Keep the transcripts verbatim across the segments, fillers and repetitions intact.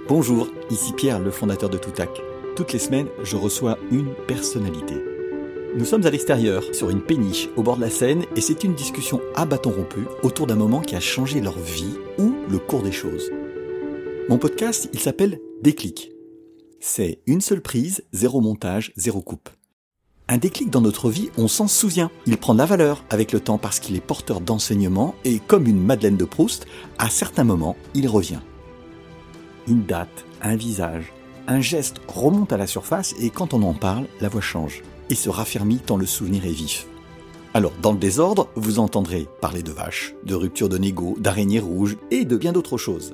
Bonjour, ici Pierre, le fondateur de Toutac. Toutes les semaines, je reçois une personnalité. Nous sommes à l'extérieur, sur une péniche, au bord de la Seine, et c'est une discussion à bâton rompu autour d'un moment qui a changé leur vie ou le cours des choses. Mon podcast, il s'appelle Déclic. C'est une seule prise, zéro montage, zéro coupe. Un déclic dans notre vie, on s'en souvient. Il prend de la valeur avec le temps parce qu'il est porteur d'enseignement et comme une Madeleine de Proust, à certains moments, il revient. Une date, un visage, un geste remonte à la surface et quand on en parle, la voix change et se raffermit tant le souvenir est vif. Alors, dans le désordre, vous entendrez parler de vaches, de rupture de négo, d'araignées rouges et de bien d'autres choses.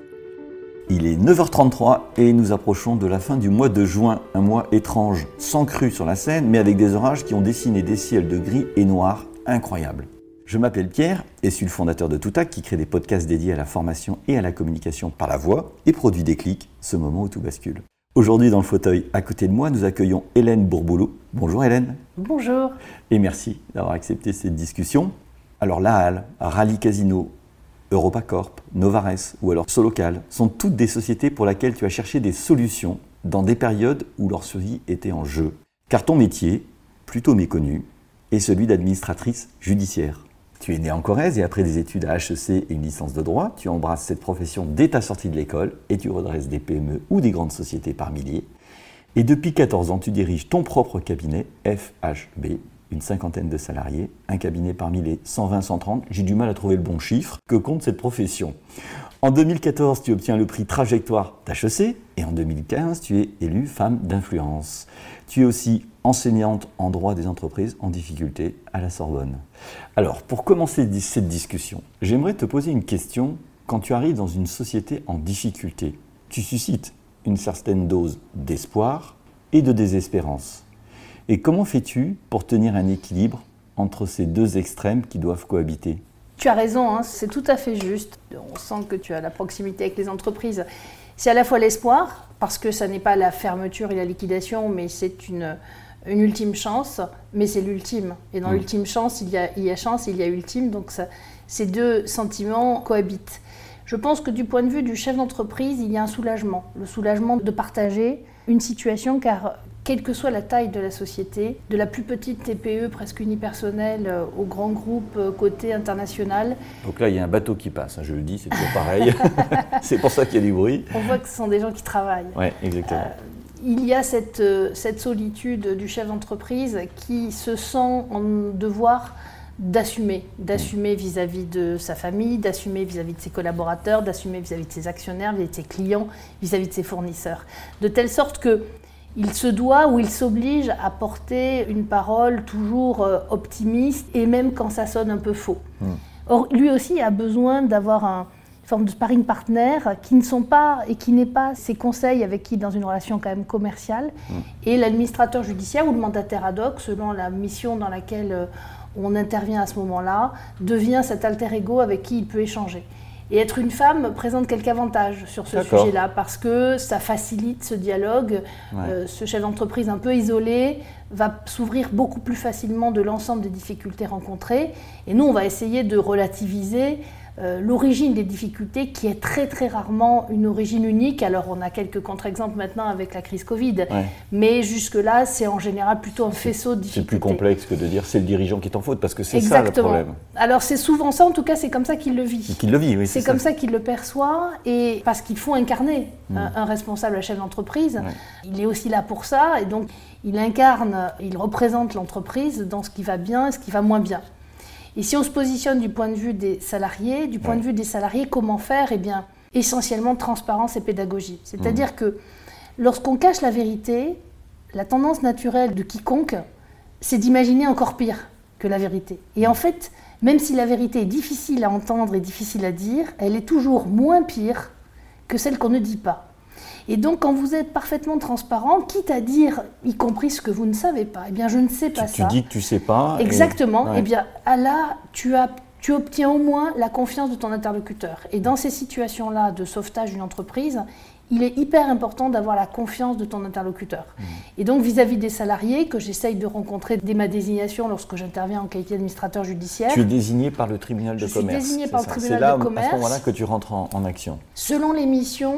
Il est neuf heures trente-trois et nous approchons de la fin du mois de juin, un mois étrange, sans crue sur la Seine, mais avec des orages qui ont dessiné des ciels de gris et noir incroyables. Je m'appelle Pierre et suis le fondateur de Toutac qui crée des podcasts dédiés à la formation et à la communication par la voix et produit Déclic, ce moment où tout bascule. Aujourd'hui, dans le fauteuil à côté de moi, nous accueillons Hélène Bourboulot. Bonjour Hélène. Bonjour. Et merci d'avoir accepté cette discussion. Alors la Halle, Rallye Casino, EuropaCorp, Novares ou alors Solocal sont toutes des sociétés pour lesquelles tu as cherché des solutions dans des périodes où leur survie était en jeu. Car ton métier, plutôt méconnu, est celui d'administratrice judiciaire. Tu es né en Corrèze et après des études à H E C et une licence de droit, tu embrasses cette profession dès ta sortie de l'école et tu redresses des P M E ou des grandes sociétés par milliers. Et depuis quatorze ans, tu diriges ton propre cabinet, F H B, une cinquantaine de salariés, un cabinet parmi les cent vingt à cent trente, j'ai du mal à trouver le bon chiffre, que compte cette profession. En deux mille quatorze, tu obtiens le prix Trajectoire d'H E C et en deux mille quinze, tu es élue femme d'influence. Tu es aussi enseignante en droit des entreprises en difficulté à la Sorbonne. Alors, pour commencer cette discussion, j'aimerais te poser une question. Quand tu arrives dans une société en difficulté, tu suscites une certaine dose d'espoir et de désespérance. Et comment fais-tu pour tenir un équilibre entre ces deux extrêmes qui doivent cohabiter ? Tu as raison, hein, c'est tout à fait juste. On sent que tu as la proximité avec les entreprises. C'est à la fois l'espoir, parce que ça n'est pas la fermeture et la liquidation, mais c'est une, une ultime chance, mais c'est l'ultime. Et dans mmh. l'ultime chance, il y, a, il y a chance, il y a ultime, donc ça, ces deux sentiments cohabitent. Je pense que du point de vue du chef d'entreprise, il y a un soulagement. Le soulagement de partager une situation, car quelle que soit la taille de la société, de la plus petite T P E presque unipersonnelle au grand groupe côté international. Donc là, il y a un bateau qui passe, hein, je le dis, c'est toujours pareil. C'est pour ça qu'il y a du bruit. On voit que ce sont des gens qui travaillent. Oui, exactement. Euh, il y a cette, cette solitude du chef d'entreprise qui se sent en devoir d'assumer, d'assumer vis-à-vis de sa famille, d'assumer vis-à-vis de ses collaborateurs, d'assumer vis-à-vis de ses actionnaires, vis-à-vis de ses clients, vis-à-vis de ses fournisseurs. De telle sorte que il se doit ou il s'oblige à porter une parole toujours optimiste et même quand ça sonne un peu faux. Mmh. Or, lui aussi a besoin d'avoir un, une forme de sparring partner qui ne sont pas et qui n'est pas ses conseils avec qui dans une relation quand même commerciale. Mmh. Et l'administrateur judiciaire ou le mandataire ad hoc, selon la mission dans laquelle on intervient à ce moment-là, devient cet alter ego avec qui il peut échanger. Et être une femme présente quelques avantages sur ce D'accord. sujet-là, parce que ça facilite ce dialogue. Ouais. Euh, ce chef d'entreprise un peu isolé va s'ouvrir beaucoup plus facilement de l'ensemble des difficultés rencontrées. Et nous, on va essayer de relativiser euh, l'origine des difficultés, qui est très très rarement une origine unique. Alors on a quelques contre-exemples maintenant avec la crise Covid, ouais. mais jusque-là, c'est en général plutôt un faisceau de difficultés. C'est plus complexe que de dire c'est le dirigeant qui est en faute, parce que c'est Exactement. ça le problème. Alors c'est souvent ça, en tout cas c'est comme ça qu'il le vit. Qu'il le vit, oui. C'est, c'est comme ça. ça qu'il le perçoit, et parce qu'il faut incarner mmh. un, un responsable, un chef d'entreprise. Ouais. Il est aussi là pour ça, et donc il incarne, il représente l'entreprise dans ce qui va bien et ce qui va moins bien. Et si on se positionne du point de vue des salariés, du point ouais. de vue des salariés, comment faire ? Eh bien, essentiellement transparence et pédagogie. C'est-à-dire mmh. que lorsqu'on cache la vérité, la tendance naturelle de quiconque, c'est d'imaginer encore pire que la vérité. Et en fait, même si la vérité est difficile à entendre et difficile à dire, elle est toujours moins pire que celle qu'on ne dit pas. Et donc, quand vous êtes parfaitement transparent, quitte à dire, y compris ce que vous ne savez pas, eh bien, je ne sais pas tu, ça. Tu dis que tu ne sais pas. Exactement. Et... Ouais. Eh bien, là, tu, as, tu obtiens au moins la confiance de ton interlocuteur. Et dans ces situations-là de sauvetage d'une entreprise, il est hyper important d'avoir la confiance de ton interlocuteur. Mmh. Et donc, vis-à-vis des salariés que j'essaye de rencontrer dès ma désignation lorsque j'interviens en qualité d'administrateur judiciaire. Tu es désigné par le tribunal de je commerce. Je suis désigné par le ça. tribunal C'est là, de commerce. à ce moment-là que tu rentres en, en action. Selon les missions,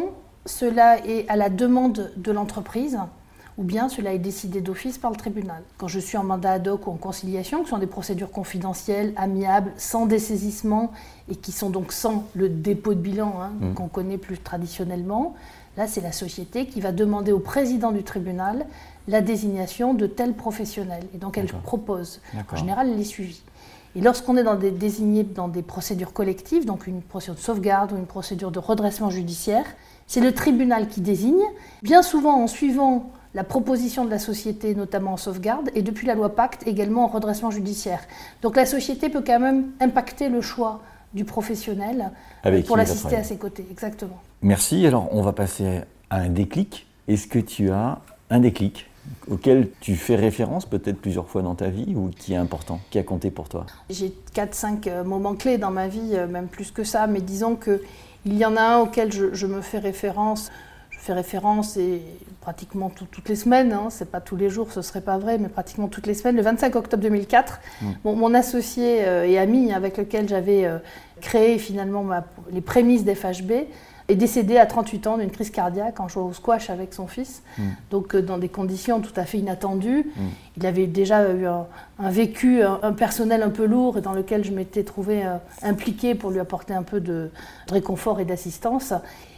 cela est à la demande de l'entreprise, ou bien cela est décidé d'office par le tribunal. Quand je suis en mandat ad hoc ou en conciliation, qui sont des procédures confidentielles, amiables, sans dessaisissement, et qui sont donc sans le dépôt de bilan hein, mmh. qu'on connaît plus traditionnellement, là c'est la société qui va demander au président du tribunal la désignation de tel professionnel. Et donc elle D'accord. propose. D'accord. En général, elle est suivie. Et lorsqu'on est dans des, désigné dans des procédures collectives, donc une procédure de sauvegarde ou une procédure de redressement judiciaire, c'est le tribunal qui désigne, bien souvent en suivant la proposition de la société, notamment en sauvegarde, et depuis la loi Pacte, également en redressement judiciaire. Donc la société peut quand même impacter le choix du professionnel Avec pour l'assister à ses côtés. Exactement. Merci. Alors, on va passer à un déclic. Est-ce que tu as un déclic auquel tu fais référence peut-être plusieurs fois dans ta vie ou qui est important, qui a compté pour toi? J'ai quatre cinq moments clés dans ma vie, même plus que ça, mais disons qu'il y en a un auquel je, je me fais référence. Je fais référence et pratiquement tout, toutes les semaines, hein, c'est pas tous les jours, ce serait pas vrai, mais pratiquement toutes les semaines. Le vingt-cinq octobre deux mille quatre, mmh. mon, mon associé euh, et ami avec lequel j'avais euh, créé finalement ma, les prémices d'F H B est décédé à trente-huit ans d'une crise cardiaque en jouant au squash avec son fils, mmh. donc euh, dans des conditions tout à fait inattendues. Mmh. Il avait déjà eu un, un vécu, un, un personnel un peu lourd et dans lequel je m'étais trouvée euh, impliquée pour lui apporter un peu de, de réconfort et d'assistance.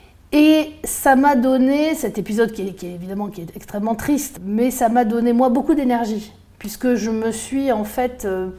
Et ça m'a donné, cet épisode qui est, qui est évidemment qui est extrêmement triste, mais ça m'a donné moi beaucoup d'énergie, puisque je me suis en fait euh,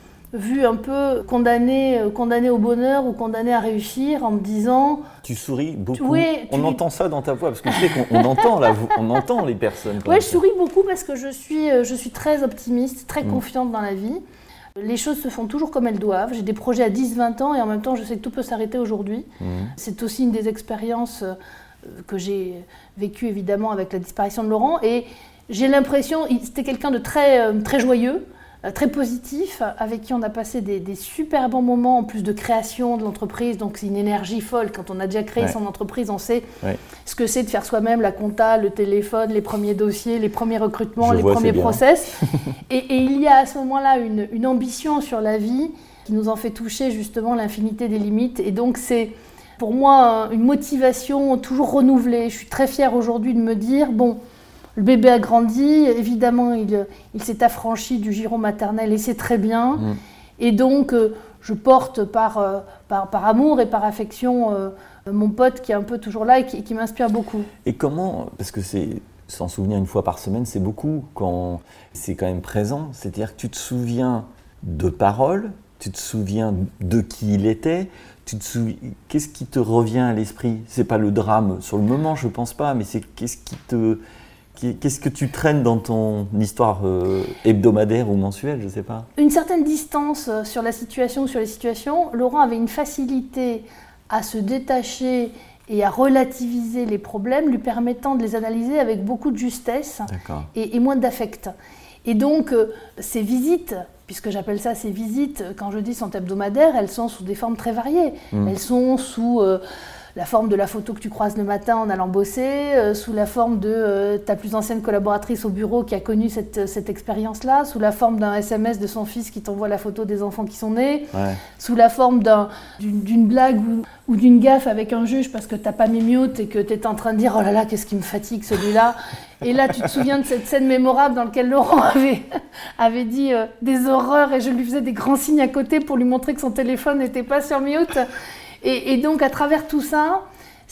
vue un peu condamnée, euh, condamnée au bonheur ou condamnée à réussir en me disant... Tu souris beaucoup, oui, on tu... entend ça dans ta voix, parce que tu sais qu'on on entend, là, on entend les personnes. Oui, je souris beaucoup parce que je suis, je suis très optimiste, très mmh. confiante dans la vie. Les choses se font toujours comme elles doivent. J'ai des projets à dix vingt ans et en même temps, je sais que tout peut s'arrêter aujourd'hui. Mmh. C'est aussi une des expériences que j'ai vécues évidemment avec la disparition de Laurent. Et j'ai l'impression, c'était quelqu'un de très, très joyeux, très positif, avec qui on a passé des, des super bons moments en plus de création de l'entreprise. Donc c'est une énergie folle. Quand on a déjà créé ouais. son entreprise, on sait ouais. ce que c'est de faire soi-même la compta, le téléphone, les premiers dossiers, les premiers recrutements, Je les vois, premiers process. et, et il y a à ce moment-là une, une ambition sur la vie qui nous en fait toucher justement l'infinité des limites. Et donc c'est pour moi une motivation toujours renouvelée. Je suis très fière aujourd'hui de me dire, bon, le bébé a grandi, évidemment, il, il s'est affranchi du giron maternel et c'est très bien. Mmh. Et donc, euh, je porte par, euh, par, par amour et par affection euh, mon pote qui est un peu toujours là et qui, qui m'inspire beaucoup. Et comment, parce que c'est, s'en souvenir une fois par semaine, c'est beaucoup quand c'est quand même présent. C'est-à-dire que tu te souviens de paroles, tu te souviens de qui il était, tu te souviens, qu'est-ce qui te revient à l'esprit? C'est pas le drame sur le moment, je pense pas, mais c'est qu'est-ce qui te... Qu'est-ce que tu traînes dans ton histoire euh, hebdomadaire ou mensuelle, je ne sais pas? Une certaine distance sur la situation ou sur les situations. Laurent avait une facilité à se détacher et à relativiser les problèmes, lui permettant de les analyser avec beaucoup de justesse et, et moins d'affect. Et donc, euh, ces visites, puisque j'appelle ça ces visites, quand je dis sont hebdomadaires, elles sont sous des formes très variées. Mmh. Elles sont sous... Euh, la forme de la photo que tu croises le matin en allant bosser, euh, sous la forme de euh, ta plus ancienne collaboratrice au bureau qui a connu cette, cette expérience-là, sous la forme d'un S M S de son fils qui t'envoie la photo des enfants qui sont nés, ouais. sous la forme d'un, d'une, d'une blague ou, ou d'une gaffe avec un juge parce que t'as pas mis mute et que t'es en train de dire « Oh là là, qu'est-ce qui me fatigue celui-là ?» Et là, tu te souviens de cette scène mémorable dans laquelle Laurent avait, avait dit euh, des horreurs et je lui faisais des grands signes à côté pour lui montrer que son téléphone n'était pas sur mute. Et, et donc, à travers tout ça,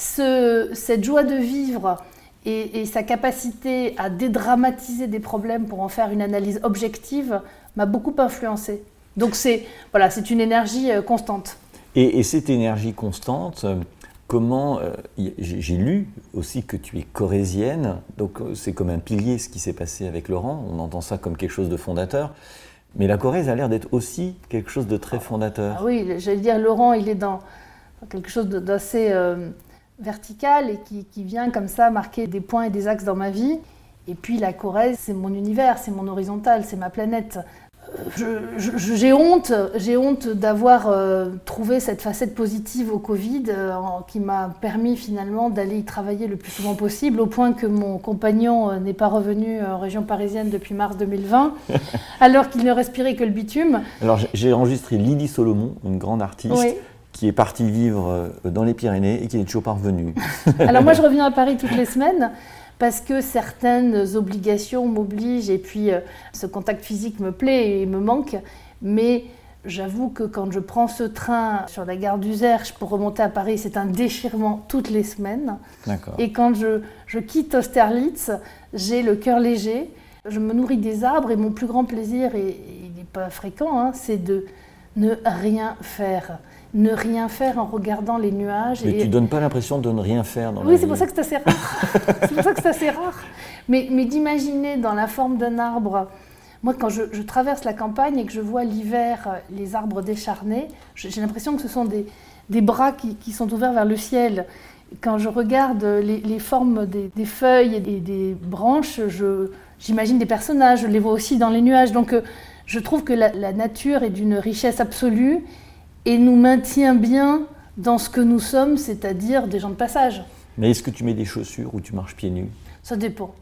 ce, cette joie de vivre et, et sa capacité à dédramatiser des problèmes pour en faire une analyse objective m'a beaucoup influencée. Donc, c'est, voilà, c'est une énergie constante. Et, et cette énergie constante, comment... Euh, j'ai, j'ai lu aussi que tu es corrézienne, donc c'est comme un pilier ce qui s'est passé avec Laurent, on entend ça comme quelque chose de fondateur. Mais la Corrèze a l'air d'être aussi quelque chose de très fondateur. Ah oui, j'allais dire, Laurent, il est dans... quelque chose d'assez euh, vertical et qui, qui vient comme ça marquer des points et des axes dans ma vie. Et puis la Corrèze, c'est mon univers, c'est mon horizontal, c'est ma planète. Je, je, j'ai honte, j'ai honte d'avoir euh, trouvé cette facette positive au Covid euh, qui m'a permis finalement d'aller y travailler le plus souvent possible, au point que mon compagnon euh, n'est pas revenu en région parisienne depuis mars deux mille vingt, alors qu'il ne respirait que le bitume. Alors j'ai enregistré Lydie Solomon, une grande artiste. Oui. qui est parti vivre dans les Pyrénées et qui n'est toujours pas revenu. Alors moi, je reviens à Paris toutes les semaines parce que certaines obligations m'obligent et puis euh, ce contact physique me plaît et me manque. Mais j'avoue que quand je prends ce train sur la gare d'Uzerche pour remonter à Paris, c'est un déchirement toutes les semaines. D'accord. Et quand je, je quitte Austerlitz, j'ai le cœur léger. Je me nourris des arbres et mon plus grand plaisir, et il n'est pas fréquent, hein, c'est de ne rien faire. Ne rien faire en regardant les nuages. Mais et... tu ne donnes pas l'impression de ne rien faire dans oui, la vie. Oui, c'est pour ça que c'est assez rare. c'est pour ça que c'est assez rare. Mais, mais d'imaginer dans la forme d'un arbre, moi quand je, je traverse la campagne et que je vois l'hiver les arbres décharnés, j'ai l'impression que ce sont des, des bras qui, qui sont ouverts vers le ciel. Quand je regarde les, les formes des, des feuilles et des, des branches, je, j'imagine des personnages, je les vois aussi dans les nuages. Donc je trouve que la, la nature est d'une richesse absolue et nous maintient bien dans ce que nous sommes, c'est-à-dire des gens de passage. Mais est-ce que tu mets des chaussures ou tu marches pieds nus ? Ça dépend.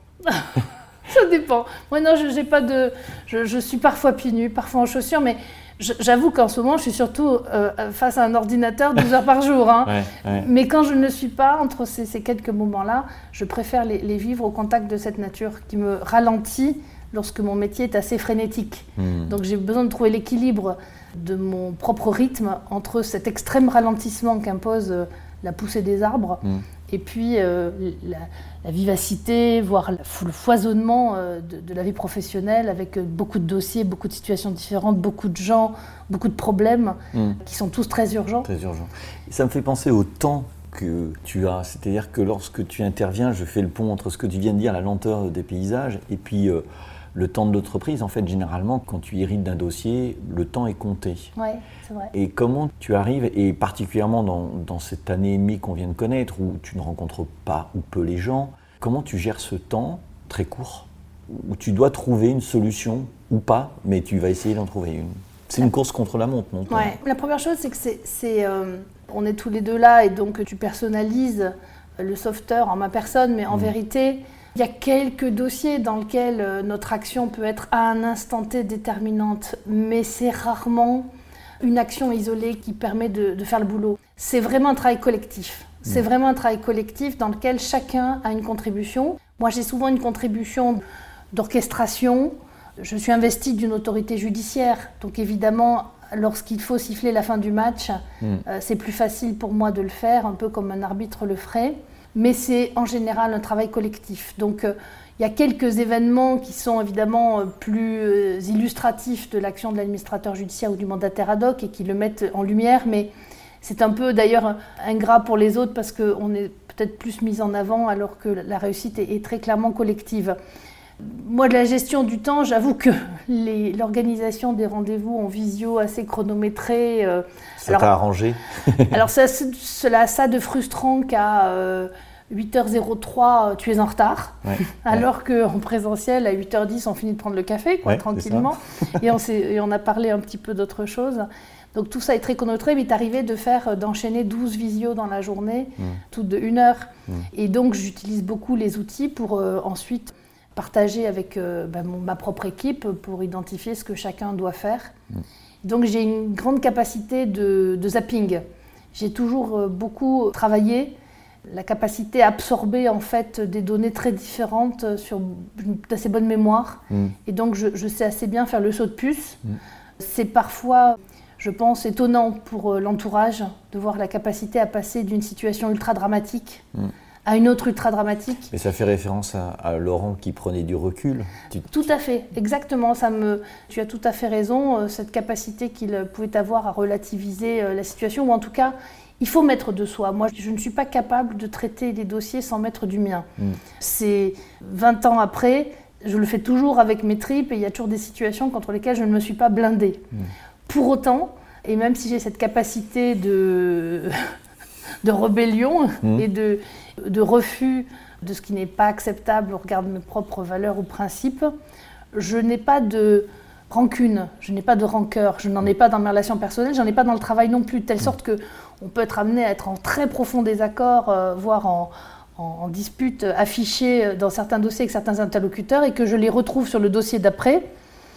Ça dépend. Moi, non, je, j'ai pas de... je, je suis parfois pieds nus, parfois en chaussures, mais je, j'avoue qu'en ce moment, je suis surtout euh, face à un ordinateur douze heures par jour. Hein. Ouais, ouais. Mais quand je ne suis pas, entre ces, ces quelques moments-là, je préfère les, les vivre au contact de cette nature qui me ralentit lorsque mon métier est assez frénétique. Mmh. Donc j'ai besoin de trouver l'équilibre de mon propre rythme entre cet extrême ralentissement qu'impose la poussée des arbres mmh. et puis euh, la, la vivacité, voire le foisonnement euh, de, de la vie professionnelle avec beaucoup de dossiers, beaucoup de situations différentes, beaucoup de gens, beaucoup de problèmes mmh. qui sont tous très urgents. Très urgents. Ça me fait penser au temps que tu as, c'est-à-dire que lorsque tu interviens, je fais le pont entre ce que tu viens de dire, la lenteur des paysages, et puis euh, le temps de l'entreprise. En fait, généralement, quand tu hérites d'un dossier, le temps est compté. Oui, c'est vrai. Et comment tu arrives, et particulièrement dans, dans cette année et demie qu'on vient de connaître, où tu ne rencontres pas ou peu les gens, comment tu gères ce temps très court, où tu dois trouver une solution ou pas, mais tu vas essayer d'en trouver une. C'est une course contre la montre, non ? Ouais. La première chose, c'est que c'est, c'est, euh, on est tous les deux là, et donc tu personnalises le sauveteur en ma personne, mais en mmh. vérité, il y a quelques dossiers dans lesquels euh, notre action peut être à un instant T déterminante, mais c'est rarement une action isolée qui permet de, de faire le boulot. C'est vraiment un travail collectif. C'est mmh. vraiment un travail collectif dans lequel chacun a une contribution. Moi, j'ai souvent une contribution d'orchestration. Je suis investie d'une autorité judiciaire, donc évidemment, lorsqu'il faut siffler la fin du match, mmh. euh, c'est plus facile pour moi de le faire, un peu comme un arbitre le ferait. Mais c'est en général un travail collectif. Donc euh, il y a quelques événements qui sont évidemment euh, plus euh, illustratifs de l'action de l'administrateur judiciaire ou du mandataire ad hoc et qui le mettent en lumière, mais c'est un peu d'ailleurs ingrat pour les autres parce qu'on est peut-être plus mis en avant alors que la réussite est, est très clairement collective. Moi, de la gestion du temps, j'avoue que les, l'organisation des rendez-vous en visio assez chronométrés... Euh, ça alors, t'a arrangé ? Alors, ça, cela a ça de frustrant qu'à euh, huit heures trois, tu es en retard, ouais, alors ouais. qu'en présentiel, à huit heures dix, on finit de prendre le café, quoi, ouais, tranquillement, et on, s'est, et on a parlé un petit peu d'autre chose. Donc, tout ça est très chronométré, mais il est arrivé de faire, d'enchaîner douze visios dans la journée, mmh. toutes de une heure. Mmh. Et donc, j'utilise beaucoup les outils pour euh, ensuite... partager avec euh, bah, mon, ma propre équipe pour identifier ce que chacun doit faire. Mmh. Donc j'ai une grande capacité de, de zapping. J'ai toujours euh, beaucoup travaillé, la capacité à absorber en fait des données très différentes sur une assez bonne mémoire. Mmh. Et donc je, je sais assez bien faire le saut de puce. Mmh. C'est parfois, je pense, étonnant pour euh, l'entourage de voir la capacité à passer d'une situation ultra dramatique mmh. à une autre ultra dramatique. Mais ça fait référence à, à Laurent qui prenait du recul. Tu... Tout à fait, exactement. Ça me, tu as tout à fait raison, euh, cette capacité qu'il pouvait avoir à relativiser euh, la situation, ou en tout cas, il faut mettre de soi. Moi, je ne suis pas capable de traiter les dossiers sans mettre du mien. Mm. C'est vingt ans après, je le fais toujours avec mes tripes et il y a toujours des situations contre lesquelles je ne me suis pas blindée. Mm. Pour autant, et même si j'ai cette capacité de, de rébellion mmh. et de, de refus de ce qui n'est pas acceptable au regard de mes propres valeurs ou principes, je n'ai pas de rancune, je n'ai pas de rancœur, je n'en ai pas dans mes relations personnelles, j'en ai pas dans le travail non plus, de telle sorte qu'on peut être amené à être en très profond désaccord, euh, voire en, en, en dispute affichée dans certains dossiers avec certains interlocuteurs et que je les retrouve sur le dossier d'après.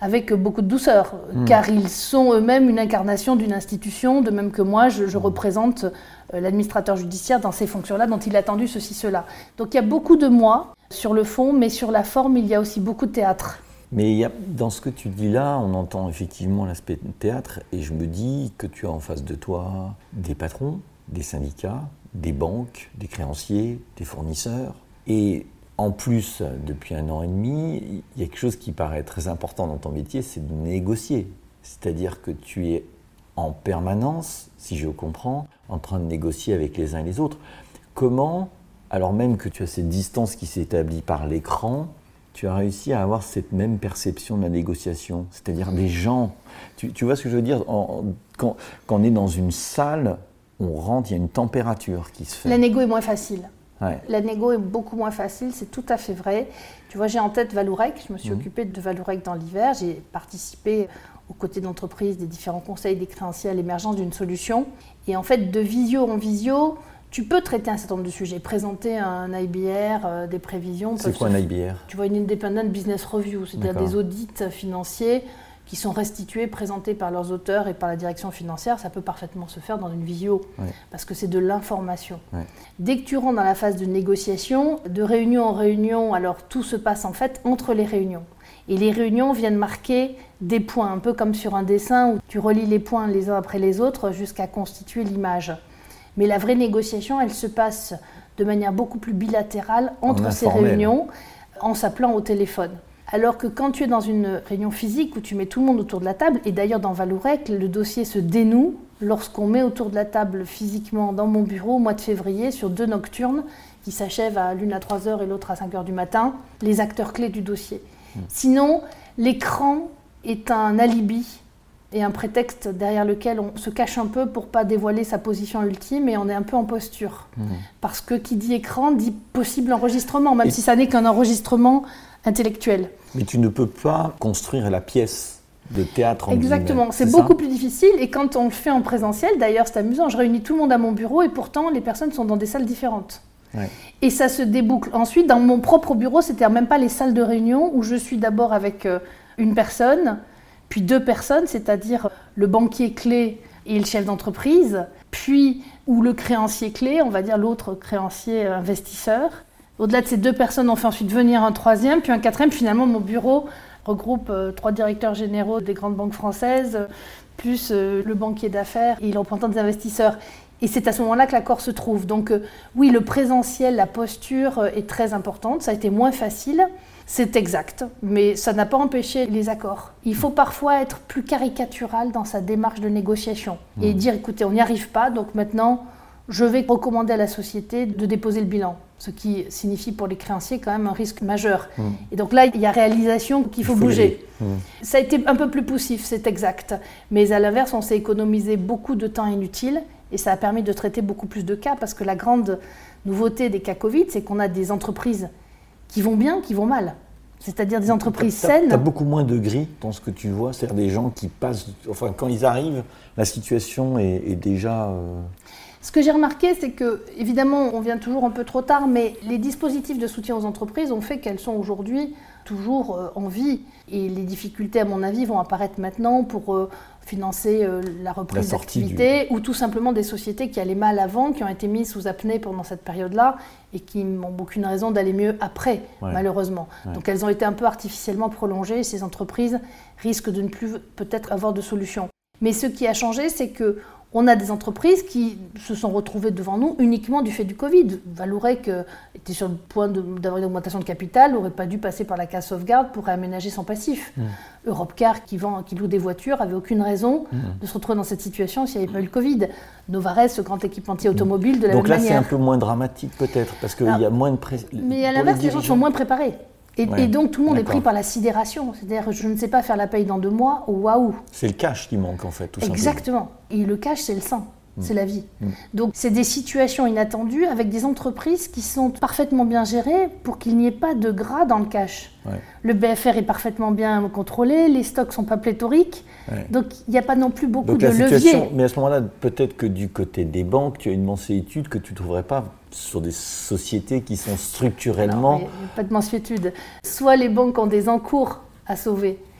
avec beaucoup de douceur, mmh. car ils sont eux-mêmes une incarnation d'une institution, de même que moi, je, je représente l'administrateur judiciaire dans ces fonctions-là, dont il a attendu ceci, cela. Donc il y a beaucoup de moi sur le fond, mais sur la forme, il y a aussi beaucoup de théâtre. Mais il y a, dans ce que tu dis là, on entend effectivement l'aspect théâtre, et je me dis que tu as en face de toi des patrons, des syndicats, des banques, des créanciers, des fournisseurs, et en plus, depuis un an et demi, il y a quelque chose qui paraît très important dans ton métier, c'est de négocier. C'est-à-dire que tu es en permanence, si je comprends, en train de négocier avec les uns et les autres. Comment, alors même que tu as cette distance qui s'est établie par l'écran, tu as réussi à avoir cette même perception de la négociation? C'est-à-dire des gens, tu, tu vois ce que je veux dire, en, quand, quand on est dans une salle, on rentre, il y a une température qui se fait. La négo est moins facile. Ouais. La négo est beaucoup moins facile, c'est tout à fait vrai. Tu vois, j'ai en tête Vallourec, je me suis mmh. occupée de Vallourec dans l'hiver, j'ai participé aux côtés d'entreprises, des différents conseils des créanciers à l'émergence d'une solution. Et en fait, de visio en visio, tu peux traiter un certain nombre de sujets, présenter un I B R, euh, des prévisions. C'est quoi un I B R? Tu vois, une Independent Business Review, c'est-à-dire D'accord. des audits financiers qui sont restitués, présentés par leurs auteurs et par la direction financière. Ça peut parfaitement se faire dans une visio, ouais. parce que c'est de l'information. Ouais. Dès que tu rentres dans la phase de négociation, de réunion en réunion, alors tout se passe en fait entre les réunions. Et les réunions viennent marquer des points, un peu comme sur un dessin où tu relis les points les uns après les autres jusqu'à constituer l'image. Mais la vraie négociation, elle se passe de manière beaucoup plus bilatérale entre ces réunions, en s'appelant au téléphone. Alors que quand tu es dans une réunion physique où tu mets tout le monde autour de la table, et d'ailleurs dans Vallourec, le dossier se dénoue lorsqu'on met autour de la table physiquement dans mon bureau au mois de février sur deux nocturnes qui s'achèvent à l'une à trois heures et l'autre à cinq heures du matin, les acteurs clés du dossier. Mmh. Sinon, l'écran est un alibi et un prétexte derrière lequel on se cache un peu pour ne pas dévoiler sa position ultime et on est un peu en posture. Mmh. Parce que qui dit écran dit possible enregistrement, même et si ça n'est qu'un enregistrement intellectuel. Mais tu ne peux pas construire la pièce de théâtre en Exactement, guillemets, c'est, c'est beaucoup plus difficile et quand on le fait en présentiel, d'ailleurs c'est amusant, je réunis tout le monde à mon bureau et pourtant les personnes sont dans des salles différentes. Ouais. Et ça se déboucle. Ensuite, dans mon propre bureau, c'était même pas les salles de réunion où je suis d'abord avec une personne, puis deux personnes, c'est-à-dire le banquier clé et le chef d'entreprise, puis ou le créancier clé, on va dire l'autre créancier investisseur. Au-delà de ces deux personnes, on fait ensuite venir un troisième, puis un quatrième. Finalement, mon bureau regroupe euh, trois directeurs généraux des grandes banques françaises, plus euh, le banquier d'affaires et le représentant des investisseurs. Et c'est à ce moment-là que l'accord se trouve. Donc euh, oui, le présentiel, la posture euh, est très importante. Ça a été moins facile, c'est exact, mais ça n'a pas empêché les accords. Il faut parfois être plus caricatural dans sa démarche de négociation mmh. et dire, écoutez, on n'y arrive pas, donc maintenant, je vais recommander à la société de déposer le bilan, ce qui signifie pour les créanciers quand même un risque majeur. Mmh. Et donc là, il y a réalisation qu'il faut, il faut bouger. Mmh. Ça a été un peu plus poussif, c'est exact. Mais à l'inverse, on s'est économisé beaucoup de temps inutile et ça a permis de traiter beaucoup plus de cas parce que la grande nouveauté des cas Covid, c'est qu'on a des entreprises qui vont bien, qui vont mal. C'est-à-dire des entreprises t'as, saines. Tu as beaucoup moins de gris dans ce que tu vois, c'est-à-dire des gens qui passent... Enfin, quand ils arrivent, la situation est, est déjà... Euh... Ce que j'ai remarqué, c'est que, évidemment, on vient toujours un peu trop tard, mais les dispositifs de soutien aux entreprises ont fait qu'elles sont aujourd'hui toujours euh, en vie. Et les difficultés, à mon avis, vont apparaître maintenant pour euh, financer euh, la reprise la d'activité du... ou tout simplement des sociétés qui allaient mal avant, qui ont été mises sous apnée pendant cette période-là et qui n'ont aucune raison d'aller mieux après, ouais. malheureusement. Ouais. Donc elles ont été un peu artificiellement prolongées et ces entreprises risquent de ne plus peut-être avoir de solution. Mais ce qui a changé, c'est que on a des entreprises qui se sont retrouvées devant nous uniquement du fait du Covid. Vallourec euh, était sur le point de, d'avoir une augmentation de capital, n'aurait pas dû passer par la case sauvegarde pour réaménager son passif. Mmh. Europcar, qui, vend, qui loue des voitures, avait aucune raison mmh. de se retrouver dans cette situation s'il n'y avait pas eu le Covid. Novares, ce grand équipementier automobile, de la Donc même là, manière. Donc là, c'est un peu moins dramatique peut-être, parce qu'il y a moins de... Pré... Mais à l'inverse, les, les gens sont moins préparés. Et, ouais, et donc tout le monde d'accord. est pris par la sidération. C'est-à-dire, je ne sais pas faire la paye dans deux mois, waouh. C'est le cash qui manque en fait, tout simplement. Exactement. Et le cash, c'est le sang. Mmh. C'est la vie. Mmh. Donc, c'est des situations inattendues avec des entreprises qui sont parfaitement bien gérées pour qu'il n'y ait pas de gras dans le cash. Ouais. Le B F R est parfaitement bien contrôlé, les stocks ne sont pas pléthoriques, ouais. donc il n'y a pas non plus beaucoup donc, de leviers. Mais à ce moment-là, peut-être que du côté des banques, tu as une mansuétude que tu ne trouverais pas sur des sociétés qui sont structurellement... Alors, il n'y a pas de mansuétude. Soit les banques ont des encours à sauver,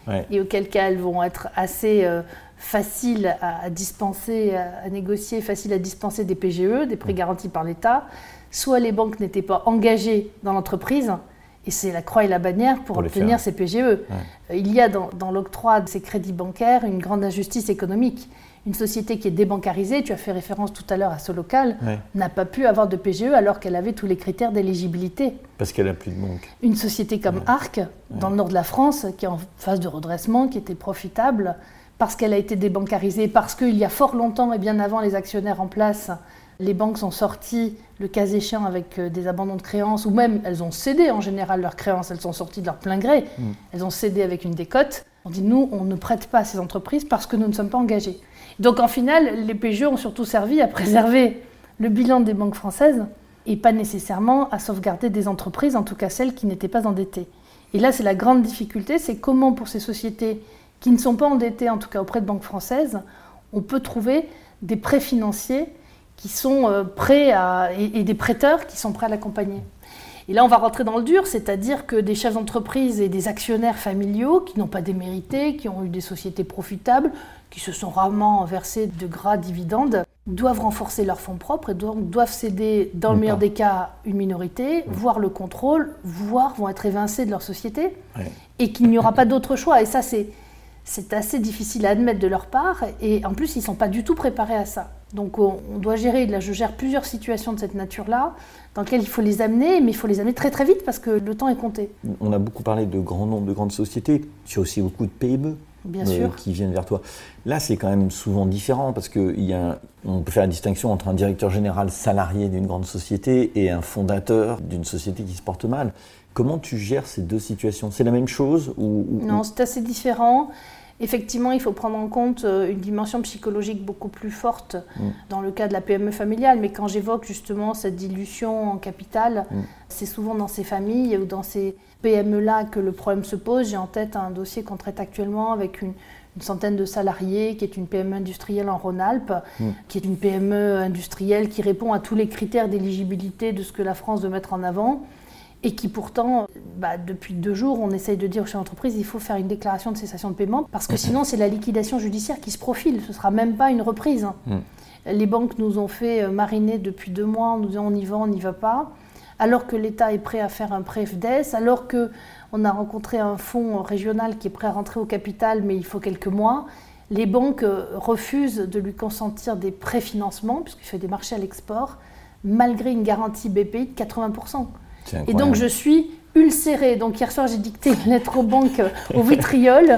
ouais. et auquel cas elles vont être assez euh, faciles à, à dispenser, à, à négocier, faciles à dispenser des P G E, des prêts garantis par l'État, soit les banques n'étaient pas engagées dans l'entreprise, et c'est la croix et la bannière pour, pour obtenir ces P G E. Ouais. Il y a dans, dans l'octroi de ces crédits bancaires une grande injustice économique. Une société qui est débancarisée, tu as fait référence tout à l'heure à Solocal, ouais. n'a pas pu avoir de P G E alors qu'elle avait tous les critères d'éligibilité. Parce qu'elle n'a plus de banque. Une société comme ouais. Arc, ouais. dans le nord de la France, qui est en phase de redressement, qui était profitable, parce qu'elle a été débancarisée, parce qu'il y a fort longtemps et bien avant les actionnaires en place, les banques sont sorties, le cas échéant, avec des abandons de créances, ou même elles ont cédé en général leurs créances, elles sont sorties de leur plein gré, mmh. elles ont cédé avec une décote. On dit nous, on ne prête pas à ces entreprises parce que nous ne sommes pas engagés. Donc en final, les P G E ont surtout servi à préserver le bilan des banques françaises et pas nécessairement à sauvegarder des entreprises, en tout cas celles qui n'étaient pas endettées. Et là, c'est la grande difficulté, c'est comment pour ces sociétés qui ne sont pas endettées, en tout cas auprès de banques françaises, on peut trouver des prêts financiers qui sont euh, prêts à, et, et des prêteurs qui sont prêts à l'accompagner. Et là, on va rentrer dans le dur, c'est-à-dire que des chefs d'entreprise et des actionnaires familiaux qui n'ont pas démérité, qui ont eu des sociétés profitables, qui se sont rarement versés de gras dividendes, doivent renforcer leurs fonds propres et donc doivent céder, dans le meilleur des cas, une minorité, mmh. voire le contrôle, voire vont être évincés de leur société, ouais. et qu'il n'y aura pas d'autre choix. Et ça, c'est, c'est assez difficile à admettre de leur part, et en plus, ils ne sont pas du tout préparés à ça. Donc on, on doit gérer, là je gère plusieurs situations de cette nature-là, dans lesquelles il faut les amener, mais il faut les amener très très vite parce que le temps est compté. On a beaucoup parlé de grand nombre de grandes sociétés, tu as aussi beaucoup de P M E Bien euh, sûr. qui viennent vers toi. Là c'est quand même souvent différent parce qu'on peut faire la distinction entre un directeur général salarié d'une grande société et un fondateur d'une société qui se porte mal. Comment tu gères ces deux situations ? C'est la même chose ou, ou, Non, c'est assez différent. Effectivement, il faut prendre en compte une dimension psychologique beaucoup plus forte mmh. dans le cas de la P M E familiale. Mais quand j'évoque justement cette dilution en capital, mmh. c'est souvent dans ces familles ou dans ces P M E-là que le problème se pose. J'ai en tête un dossier qu'on traite actuellement avec une, une centaine de salariés, qui est une P M E industrielle en Rhône-Alpes, mmh. qui est une P M E industrielle qui répond à tous les critères d'éligibilité de ce que la France veut mettre en avant. Et qui pourtant, bah, depuis deux jours, on essaye de dire aux chefs d'entreprise il faut faire une déclaration de cessation de paiement parce que sinon c'est la liquidation judiciaire qui se profile, ce ne sera même pas une reprise. Mm. Les banques nous ont fait mariner depuis deux mois en nous disant on y va, on n'y va pas, alors que l'État est prêt à faire un prêt F D E S, alors qu'on a rencontré un fonds régional qui est prêt à rentrer au capital mais il faut quelques mois. Les banques refusent de lui consentir des préfinancements puisqu'il fait des marchés à l'export, malgré une garantie B P I de quatre-vingts pour cent. Et donc je suis ulcérée. Donc hier soir j'ai dicté une lettre aux banques au vitriol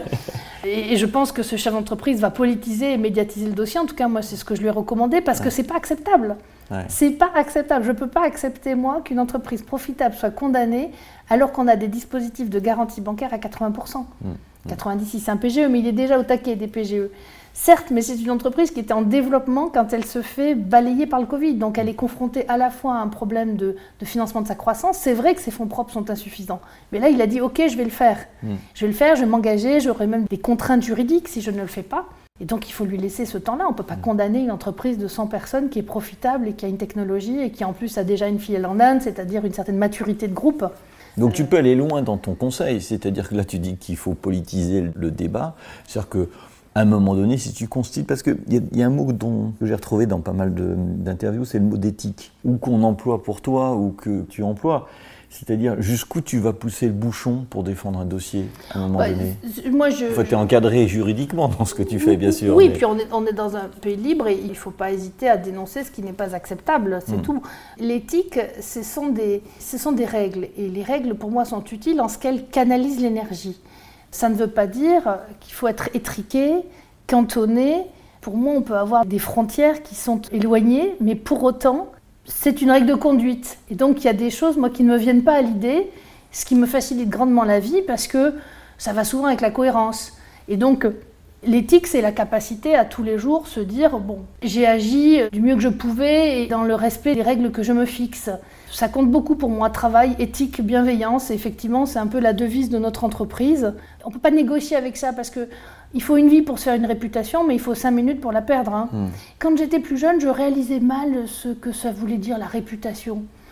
et je pense que ce chef d'entreprise va politiser et médiatiser le dossier. En tout cas moi c'est ce que je lui ai recommandé parce ouais. que c'est pas acceptable. Ouais. C'est pas acceptable. Je peux pas accepter moi qu'une entreprise profitable soit condamnée alors qu'on a des dispositifs de garantie bancaire à quatre-vingts pour cent. Mmh. quatre-vingt-dix si c'est un P G E mais il est déjà au taquet des P G E. Certes, mais c'est une entreprise qui était en développement quand elle se fait balayer par le Covid. Donc elle est confrontée à la fois à un problème de, de financement de sa croissance. C'est vrai que ses fonds propres sont insuffisants. Mais là, il a dit « Ok, je vais le faire. Mmh. Je vais le faire, je vais m'engager, j'aurai même des contraintes juridiques si je ne le fais pas. » Et donc, il faut lui laisser ce temps-là. On ne peut pas mmh. condamner une entreprise de cent personnes qui est profitable et qui a une technologie et qui en plus a déjà une filiale en Inde, c'est-à-dire une certaine maturité de groupe. Donc tu peux aller loin dans ton conseil. C'est-à-dire que là, tu dis qu'il faut politiser le débat. C'est-à-dire que à un moment donné, si tu constitues, parce qu'il y, y a un mot dont, que j'ai retrouvé dans pas mal de, d'interviews, c'est le mot d'éthique, ou qu'on emploie pour toi, ou que tu emploies. C'est-à-dire, jusqu'où tu vas pousser le bouchon pour défendre un dossier, à un moment bah, donné. Moi, je... Enfin, tu es encadré juridiquement dans ce que tu fais, bien sûr. Oui, mais... puis on est, on est dans un pays libre et il ne faut pas hésiter à dénoncer ce qui n'est pas acceptable, c'est mmh. tout. L'éthique, ce sont, des, ce sont des règles, et les règles, pour moi, sont utiles en ce qu'elles canalisent l'énergie. Ça ne veut pas dire qu'il faut être étriqué, cantonné. Pour moi, on peut avoir des frontières qui sont éloignées, mais pour autant, c'est une règle de conduite. Et donc, il y a des choses, moi, qui ne me viennent pas à l'idée, ce qui me facilite grandement la vie, parce que ça va souvent avec la cohérence. Et donc, l'éthique, c'est la capacité à tous les jours se dire, bon, j'ai agi du mieux que je pouvais et dans le respect des règles que je me fixe. Ça compte beaucoup pour moi, travail, éthique, bienveillance. Et effectivement, c'est un peu la devise de notre entreprise. On ne peut pas négocier avec ça parce que il faut une vie pour se faire une réputation, mais il faut cinq minutes pour la perdre. Hein. Mmh. Quand j'étais plus jeune, je réalisais mal ce que ça voulait dire la réputation.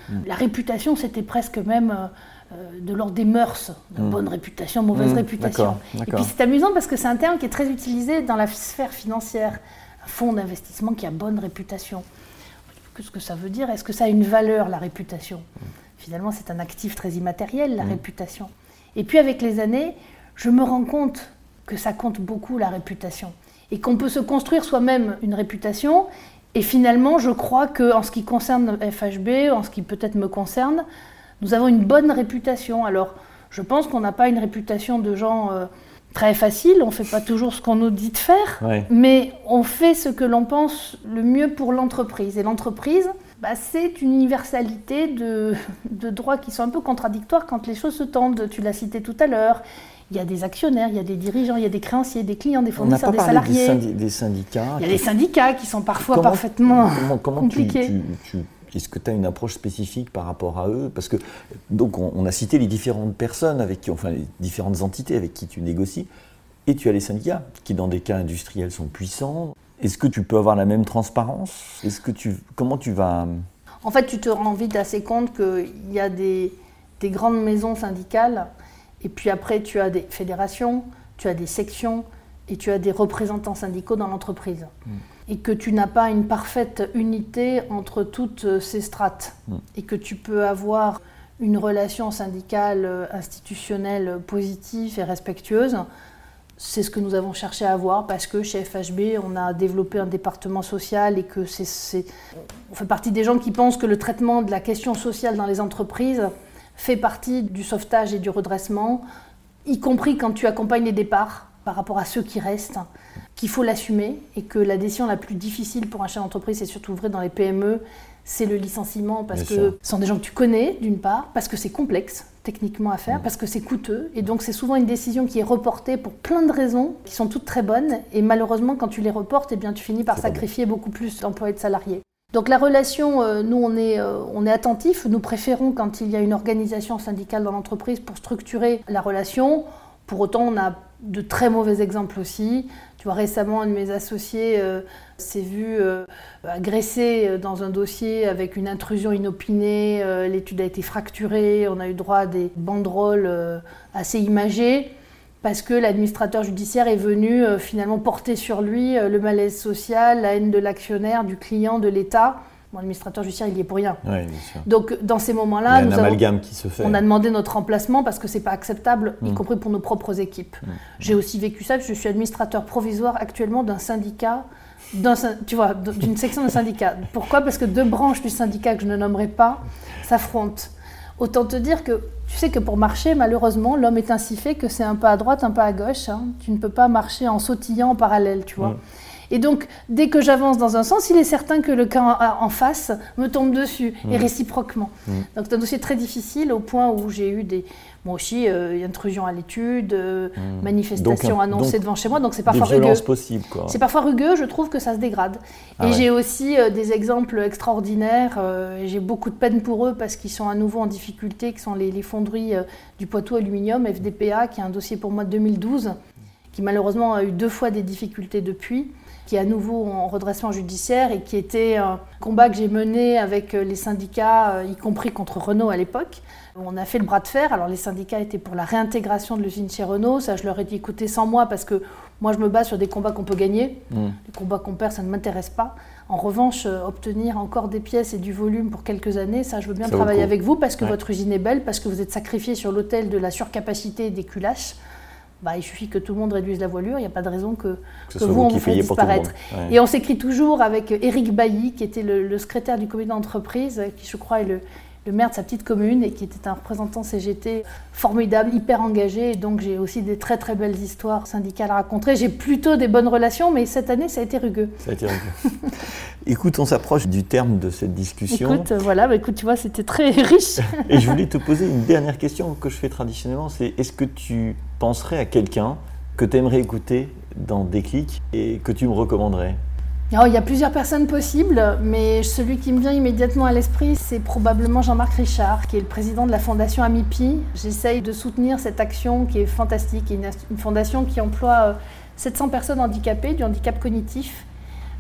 Mmh. La réputation, c'était presque même euh, de l'ordre des mœurs. Mmh. Bonne réputation, mauvaise mmh. réputation. D'accord, d'accord. Et puis c'est amusant parce que c'est un terme qui est très utilisé dans la sphère financière. Un fonds d'investissement qui a bonne réputation. Qu'est-ce que ça veut dire ? Est-ce que ça a une valeur, la réputation ? mmh. Finalement, c'est un actif très immatériel, la mmh. réputation. Et puis avec les années, je me rends compte que ça compte beaucoup, la réputation. Et qu'on peut se construire soi-même une réputation. Et finalement, je crois qu'en ce qui concerne F H B, en ce qui peut-être me concerne, nous avons une bonne réputation. Alors, je pense qu'on n'a pas une réputation de gens euh, très faciles, on ne fait pas toujours ce qu'on nous dit de faire, ouais. mais on fait ce que l'on pense le mieux pour l'entreprise. Et l'entreprise, bah, c'est une universalité de, de droits qui sont un peu contradictoires quand les choses se tendent. Tu l'as cité tout à l'heure. Il y a des actionnaires, il y a des dirigeants, il y a des créanciers, des clients, des fournisseurs, des salariés. On n'a pas parlé des, syndi- des syndicats. Il y a des syndicats qui sont parfois comment, parfaitement comment, comment compliqués. Tu, tu, tu, est-ce que tu as une approche spécifique par rapport à eux ? Parce que donc on, on a cité les différentes personnes avec qui, enfin les différentes entités avec qui tu négocies, et tu as les syndicats qui, dans des cas industriels, sont puissants. Est-ce que tu peux avoir la même transparence ? Est-ce que tu, comment tu vas ? En fait, tu te rends vite assez compte qu'il y a des, des grandes maisons syndicales. Et puis après, tu as des fédérations, tu as des sections et tu as des représentants syndicaux dans l'entreprise. Mmh. Et que tu n'as pas une parfaite unité entre toutes ces strates. Mmh. Et que tu peux avoir une relation syndicale, institutionnelle positive et respectueuse. C'est ce que nous avons cherché à avoir parce que chez F H B, on a développé un département social et que c'est, c'est... on fait partie des gens qui pensent que le traitement de la question sociale dans les entreprises fait partie du sauvetage et du redressement, y compris quand tu accompagnes les départs par rapport à ceux qui restent, qu'il faut l'assumer et que la décision la plus difficile pour un chef d'entreprise, c'est surtout vrai dans les P M E, c'est le licenciement parce Bien que sûr. Ce sont des gens que tu connais d'une part, parce que c'est complexe techniquement à faire, mmh. parce que c'est coûteux et donc c'est souvent une décision qui est reportée pour plein de raisons qui sont toutes très bonnes et malheureusement quand tu les reportes, eh bien, tu finis par c'est sacrifier bon. beaucoup plus d'employés de salariés. Donc la relation, euh, nous on est, euh, on est attentifs, nous préférons quand il y a une organisation syndicale dans l'entreprise pour structurer la relation. Pour autant, on a de très mauvais exemples aussi. Tu vois, récemment, un de mes associés euh, s'est vu euh, agressé dans un dossier avec une intrusion inopinée, euh, l'étude a été fracturée, on a eu droit à des banderoles euh, assez imagées. Parce que l'administrateur judiciaire est venu euh, finalement porter sur lui euh, le malaise social, la haine de l'actionnaire, du client, de l'État. Bon, l'administrateur judiciaire, il y est pour rien. Oui, bien sûr. Donc, dans ces moments-là, il y a nous un avons, amalgame qui se fait. On a demandé notre remplacement parce que c'est pas acceptable, mmh. y compris pour nos propres équipes. Mmh. J'ai aussi vécu ça. Je suis administrateur provisoire actuellement d'un syndicat, d'un, tu vois, d'une section d'un syndicat. Pourquoi ? Parce que deux branches du syndicat que je ne nommerai pas s'affrontent. Autant te dire que tu sais que pour marcher, malheureusement, l'homme est ainsi fait que c'est un pas à droite, un pas à gauche. Hein. Tu ne peux pas marcher en sautillant en parallèle, tu vois. Mmh. Et donc, dès que j'avance dans un sens, il est certain que le camp en face me tombe dessus, mmh. et réciproquement. Mmh. Donc, c'est un dossier très difficile, au point où j'ai eu des... Moi aussi, euh, intrusion à l'étude, euh, mmh. manifestation donc, annoncée donc, devant chez moi, donc c'est parfois des violences rugueux. Possibles, quoi. C'est parfois rugueux, je trouve que ça se dégrade. Ah et ouais. j'ai aussi euh, des exemples extraordinaires, euh, et j'ai beaucoup de peine pour eux parce qu'ils sont à nouveau en difficulté, qui sont les, les fonderies euh, du Poitou Aluminium, F D P A, qui est un dossier pour moi de deux mille douze, qui malheureusement a eu deux fois des difficultés depuis, qui est à nouveau en redressement judiciaire et qui était un combat que j'ai mené avec les syndicats, y compris contre Renault à l'époque. On a fait le bras de fer. Alors les syndicats étaient pour la réintégration de l'usine chez Renault. Ça, je leur ai dit, écoutez, sans moi, parce que moi, je me bats sur des combats qu'on peut gagner. Mmh. Les combats qu'on perd, ça ne m'intéresse pas. En revanche, euh, obtenir encore des pièces et du volume pour quelques années, ça, je veux bien ça travailler avec vous parce que ouais. votre usine est belle, parce que vous êtes sacrifiés sur l'autel de la surcapacité et des culaches. Bah, il suffit que tout le monde réduise la voilure, il n'y a pas de raison que, que, que vous, on vous fait disparaître. Ouais. Et on s'écrit toujours avec Éric Bailly, qui était le, le secrétaire du comité d'entreprise, qui je crois est le, le maire de sa petite commune et qui était un représentant C G T formidable, hyper engagé. Et donc j'ai aussi des très très belles histoires syndicales à raconter. J'ai plutôt des bonnes relations, mais cette année ça a été rugueux. Ça a été rugueux. Écoute, on s'approche du terme de cette discussion. Écoute, voilà, bah, écoute, tu vois, c'était très riche. Et je voulais te poser une dernière question que je fais traditionnellement, c'est est-ce que tu penserais à quelqu'un que tu aimerais écouter dans Déclic et que tu me recommanderais ? Alors, il y a plusieurs personnes possibles, mais celui qui me vient immédiatement à l'esprit, c'est probablement Jean-Marc Richard, qui est le président de la fondation Amipi. J'essaye de soutenir cette action qui est fantastique, une, une fondation qui emploie sept cents personnes handicapées, du handicap cognitif,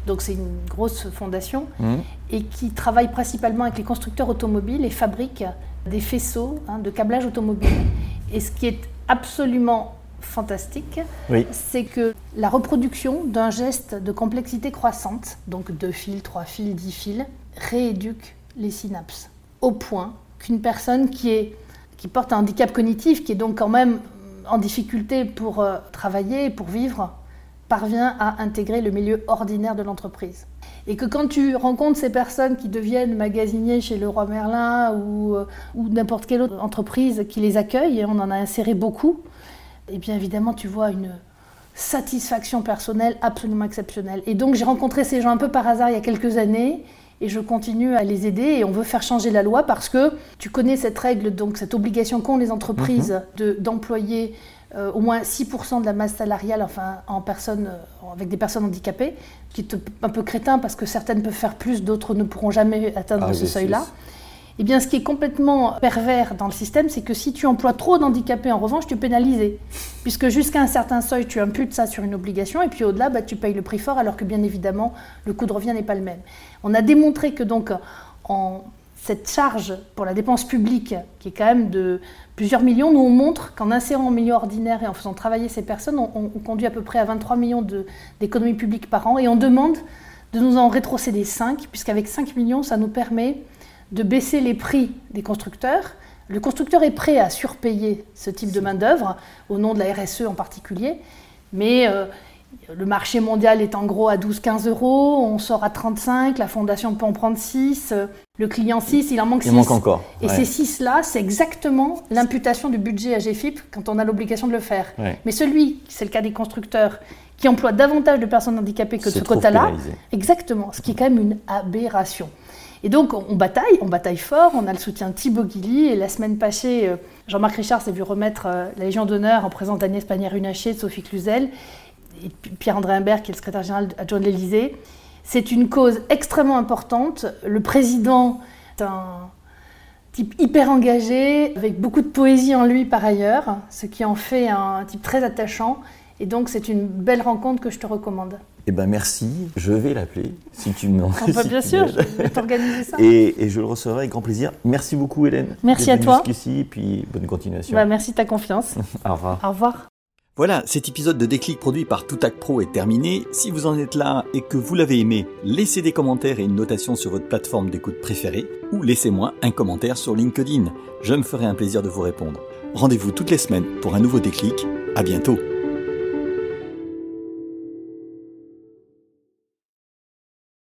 Donc c'est une grosse fondation Mmh. et qui travaille principalement avec les constructeurs automobiles et fabrique des faisceaux hein, de câblage automobile. Et ce qui est absolument fantastique, Oui. c'est que la reproduction d'un geste de complexité croissante, donc deux fils, trois fils, dix fils, rééduque les synapses. Au point qu'une personne qui, est, qui porte un handicap cognitif, qui est donc quand même en difficulté pour euh, travailler, pour vivre, parvient à intégrer le milieu ordinaire de l'entreprise. Et que quand tu rencontres ces personnes qui deviennent magasiniers chez Leroy Merlin ou, euh, ou n'importe quelle autre entreprise qui les accueille, et on en a inséré beaucoup, et bien évidemment tu vois une satisfaction personnelle absolument exceptionnelle. Et donc j'ai rencontré ces gens un peu par hasard il y a quelques années, et je continue à les aider, et on veut faire changer la loi parce que tu connais cette règle, donc cette obligation qu'ont les entreprises mmh. de, d'employer Euh, au moins six pour cent de la masse salariale enfin, en personnes, euh, avec des personnes handicapées, qui est un peu crétin parce que certaines peuvent faire plus, d'autres ne pourront jamais atteindre ah, ce seuil-là. Eh bien, ce qui est complètement pervers dans le système, c'est que si tu emploies trop d'handicapés, en revanche, tu es pénalisé. Puisque jusqu'à un certain seuil, tu imputes ça sur une obligation, et puis au-delà, bah, tu payes le prix fort, alors que bien évidemment, le coût de revient n'est pas le même. On a démontré que donc, en... cette charge pour la dépense publique, qui est quand même de plusieurs millions, nous on montre qu'en insérant en milieu ordinaire et en faisant travailler ces personnes, on, on conduit à peu près à vingt-trois millions de, d'économies publiques par an, et on demande de nous en rétrocéder cinq, puisqu'avec cinq millions, ça nous permet de baisser les prix des constructeurs. Le constructeur est prêt à surpayer ce type de main-d'œuvre, au nom de la R S E en particulier, mais euh, le marché mondial est en gros à douze à quinze euros, on sort à trente-cinq, la fondation peut en prendre six, le client six, il en manque six. Il manque encore. Et ouais. Ces six-là, c'est exactement l'imputation du budget A G F I P quand on a l'obligation de le faire. Ouais. Mais celui, c'est le cas des constructeurs, qui emploient davantage de personnes handicapées que c'est ce quota-là, pénalisé. Exactement, ce qui est quand même une aberration. Et donc on bataille, on bataille fort, on a le soutien de Thibaut Guilly, et la semaine passée, Jean-Marc Richard s'est vu remettre la Légion d'honneur en présence d'Agnès Pannier-Runacher, de Sophie Cluzel, et Pierre-André Imbert, qui est le secrétaire général adjoint de l'Élysée. C'est une cause extrêmement importante. Le président est un type hyper engagé, avec beaucoup de poésie en lui par ailleurs, ce qui en fait un type très attachant. Et donc c'est une belle rencontre que je te recommande. Eh ben merci, je vais l'appeler si tu me. Ah bah, si bien sûr, je vais t'organiser ça. Et, et je le recevrai avec grand plaisir. Merci beaucoup Hélène. Merci à toi. Jusqu'ici, et puis bonne continuation. Bah, merci de ta confiance. Au revoir. Au revoir. Voilà, cet épisode de Déclic produit par Toutac Pro est terminé. Si vous en êtes là et que vous l'avez aimé, laissez des commentaires et une notation sur votre plateforme d'écoute préférée, ou laissez-moi un commentaire sur LinkedIn. Je me ferai un plaisir de vous répondre. Rendez-vous toutes les semaines pour un nouveau Déclic. À bientôt.